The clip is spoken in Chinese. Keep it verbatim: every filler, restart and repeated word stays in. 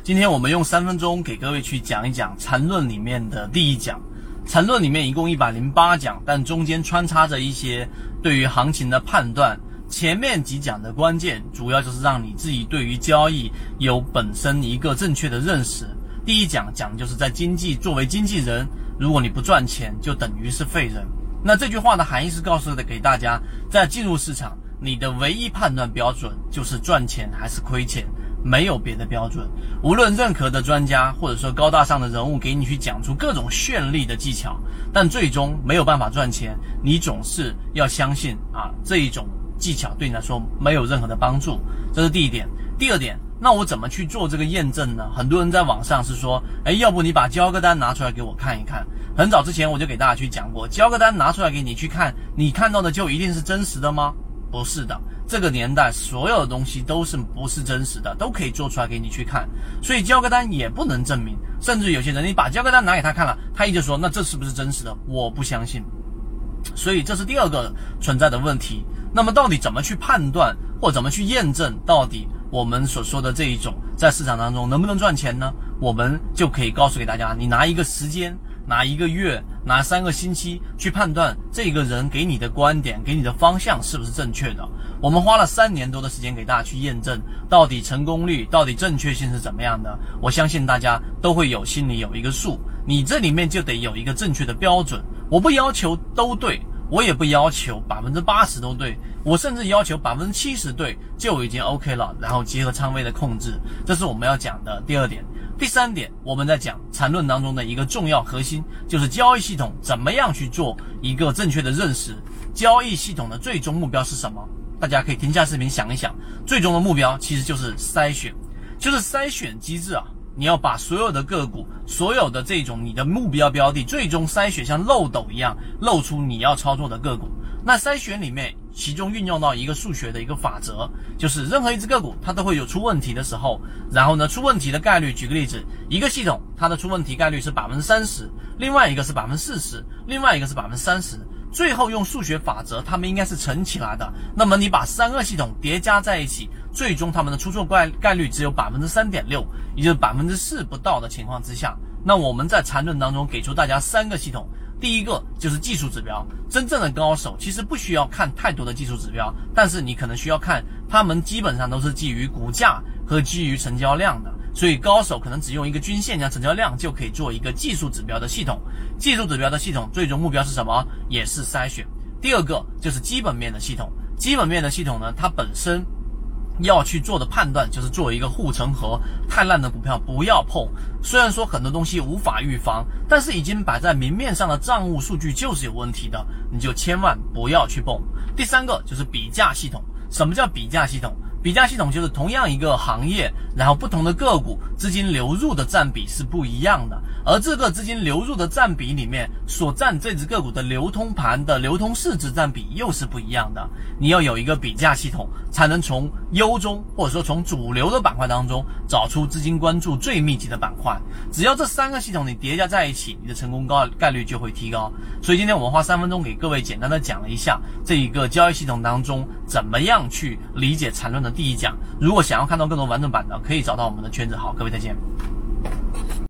今天我们用三分钟给各位去讲一讲缠论里面的第一讲。缠论里面一共一百零八讲，但中间穿插着一些对于行情的判断。前面几讲的关键主要就是让你自己对于交易有本身一个正确的认识。第一讲讲就是在经济作为经纪人，如果你不赚钱就等于是废人。那这句话的含义是告诉的给大家，在进入市场你的唯一判断标准就是赚钱还是亏钱，没有别的标准。无论任何的专家或者说高大上的人物给你去讲出各种绚丽的技巧，但最终没有办法赚钱，你总是要相信啊，这一种技巧对你来说没有任何的帮助。这是第一点。第二点，那我怎么去做这个验证呢？很多人在网上是说，诶，要不你把交割单拿出来给我看一看。很早之前我就给大家去讲过，交割单拿出来给你去看，你看到的就一定是真实的吗？不是的。这个年代所有的东西都是不是真实的，都可以做出来给你去看，所以交割单也不能证明。甚至有些人你把交割单拿给他看了，他一直说那这是不是真实的？我不相信。所以这是第二个存在的问题。那么到底怎么去判断或怎么去验证到底我们所说的这一种在市场当中能不能赚钱呢？我们就可以告诉给大家，你拿一个时间，拿一个月，拿三个星期去判断这个人给你的观点，给你的方向是不是正确的。我们花了三年多的时间给大家去验证到底成功率，到底正确性是怎么样的。我相信大家都会有心里有一个数，你这里面就得有一个正确的标准。我不要求都对，我也不要求百分之八十都对，我甚至要求百分之七十对就已经 OK 了。然后结合仓位的控制，这是我们要讲的第二点。第三点，我们在讲缠论当中的一个重要核心，就是交易系统怎么样去做一个正确的认识。交易系统的最终目标是什么？大家可以停下视频想一想，最终的目标其实就是筛选，就是筛选机制啊。你要把所有的个股，所有的这种你的目标标的，最终筛选像漏斗一样漏出你要操作的个股。那筛选里面其中运用到一个数学的一个法则，就是任何一只个股它都会有出问题的时候，然后呢出问题的概率，举个例子，一个系统它的出问题概率是 百分之三十， 另外一个是 百分之四十， 另外一个是 百分之三十， 最后用数学法则它们应该是乘起来的。那么你把三个系统叠加在一起，最终它们的出错概概率只有 百分之三点六， 也就是 百分之四 不到的情况之下，那我们在缠论当中给出大家三个系统。第一个就是技术指标，真正的高手其实不需要看太多的技术指标，但是你可能需要看，他们基本上都是基于股价和基于成交量的，所以高手可能只用一个均线加成交量就可以做一个技术指标的系统。技术指标的系统最终目标是什么？也是筛选。第二个就是基本面的系统，基本面的系统呢，它本身要去做的判断就是做一个护城河，太烂的股票不要碰。虽然说很多东西无法预防，但是已经摆在明面上的账务数据就是有问题的，你就千万不要去碰。第三个就是比价系统。什么叫比价系统？比价系统就是同样一个行业，然后不同的个股资金流入的占比是不一样的，而这个资金流入的占比里面所占这只个股的流通盘的流通市值占比又是不一样的。你要有一个比价系统，才能从优中或者说从主流的板块当中找出资金关注最密集的板块。只要这三个系统你叠加在一起，你的成功高概率就会提高。所以今天我们花三分钟给各位简单的讲了一下这一个交易系统当中怎么样去理解缠论的第一讲。如果想要看到更多完整版的，可以找到我们的圈子。好，各位再见。